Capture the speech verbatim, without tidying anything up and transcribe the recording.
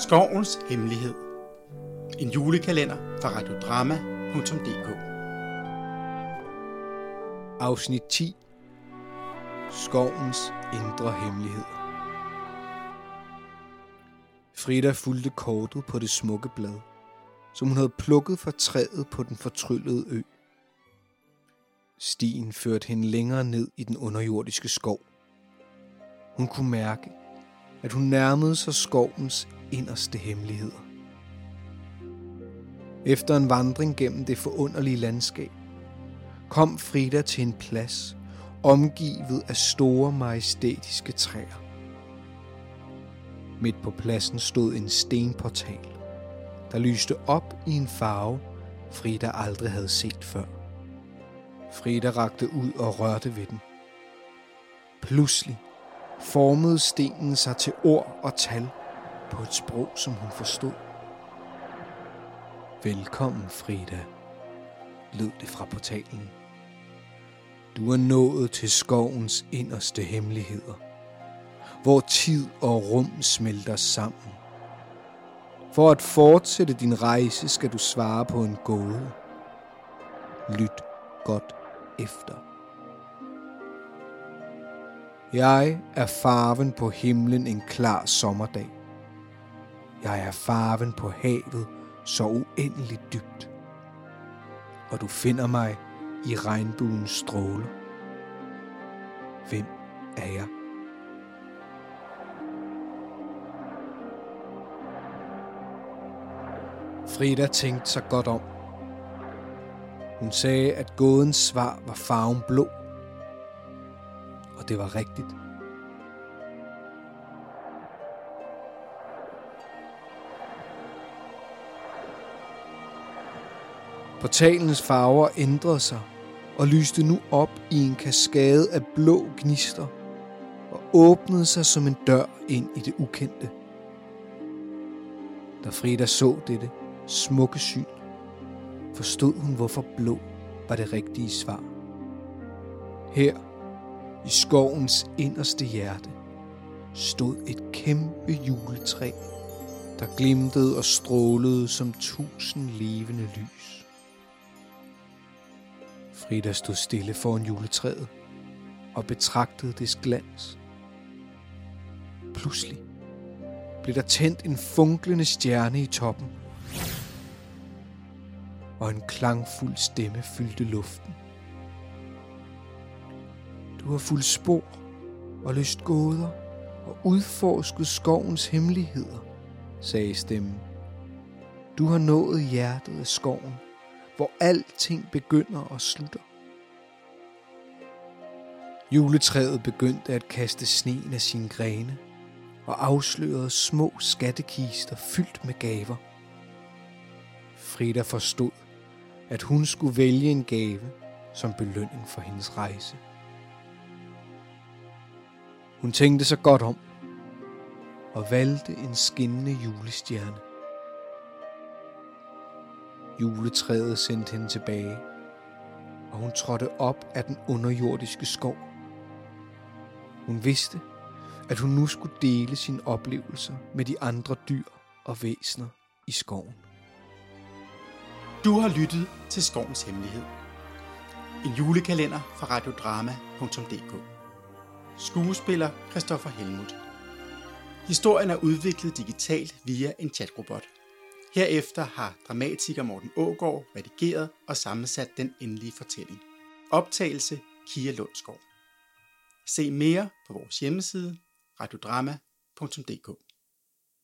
Skovens hemmelighed. En julekalender fra radiodrama punktum d k. Afsnit ti. Skovens indre hemmeligheder. Frida fulgte kortet på det smukke blad, som hun havde plukket fra træet på den fortryllede ø. Stien førte hende længere ned i den underjordiske skov. Hun kunne mærke, at hun nærmede sig skovens inderste hemmeligheder. Efter en vandring gennem det forunderlige landskab, kom Frida til en plads, omgivet af store majestætiske træer. Midt på pladsen stod en stenportal, der lyste op i en farve, Frida aldrig havde set før. Frida rakte ud og rørte ved den. Pludselig formede stenen sig til ord og tal på et sprog, som hun forstod. Velkommen, Frida, lød det fra portalen. Du er nået til skovens inderste hemmeligheder, hvor tid og rum smelter sammen. For at fortsætte din rejse skal du svare på en gåde. Lyt godt efter. Jeg er farven på himlen en klar sommerdag. Jeg er farven på havet så uendeligt dybt. Og du finder mig i regnbuens stråler. Hvem er jeg? Frida tænkte sig godt om. Hun sagde, at gådens svar var farven blå. Og det var rigtigt. Portalens farver ændrede sig og lyste nu op i en kaskade af blå gnister og åbnede sig som en dør ind i det ukendte. Da Frida så dette smukke syn, forstod hun, hvorfor blå var det rigtige svar. Her, i skovens inderste hjerte, stod et kæmpe juletræ, der glimtede og strålede som tusind levende lys. Frida stod stille foran juletræet og betragtede dets glans. Pludselig blev der tændt en funklende stjerne i toppen, og en klangfuld stemme fyldte luften. Du har fulgt spor og løst gåder og udforsket skovens hemmeligheder, sagde stemmen. Du har nået hjertet af skoven, hvor alting begynder og slutter. Juletræet begyndte at kaste sneen af sine grene og afslørede små skattekister fyldt med gaver. Frida forstod, at hun skulle vælge en gave som belønning for hendes rejse. Hun tænkte sig godt om og valgte en skinnende julestjerne. Juletræet sendte hende tilbage, og hun trådte op af den underjordiske skov. Hun vidste, at hun nu skulle dele sine oplevelser med de andre dyr og væsener i skoven. Du har lyttet til Skovens hemmelighed. En julekalender fra radiodrama punktum d k. Skuespiller Christoffer Helmuth. Historien er udviklet digitalt via en chatrobot. Herefter har dramatiker Morten Aagaard redigeret og sammensat den endelige fortælling. Optagelse Kia Lundsgaard. Se mere på vores hjemmeside radiodrama punktum d k.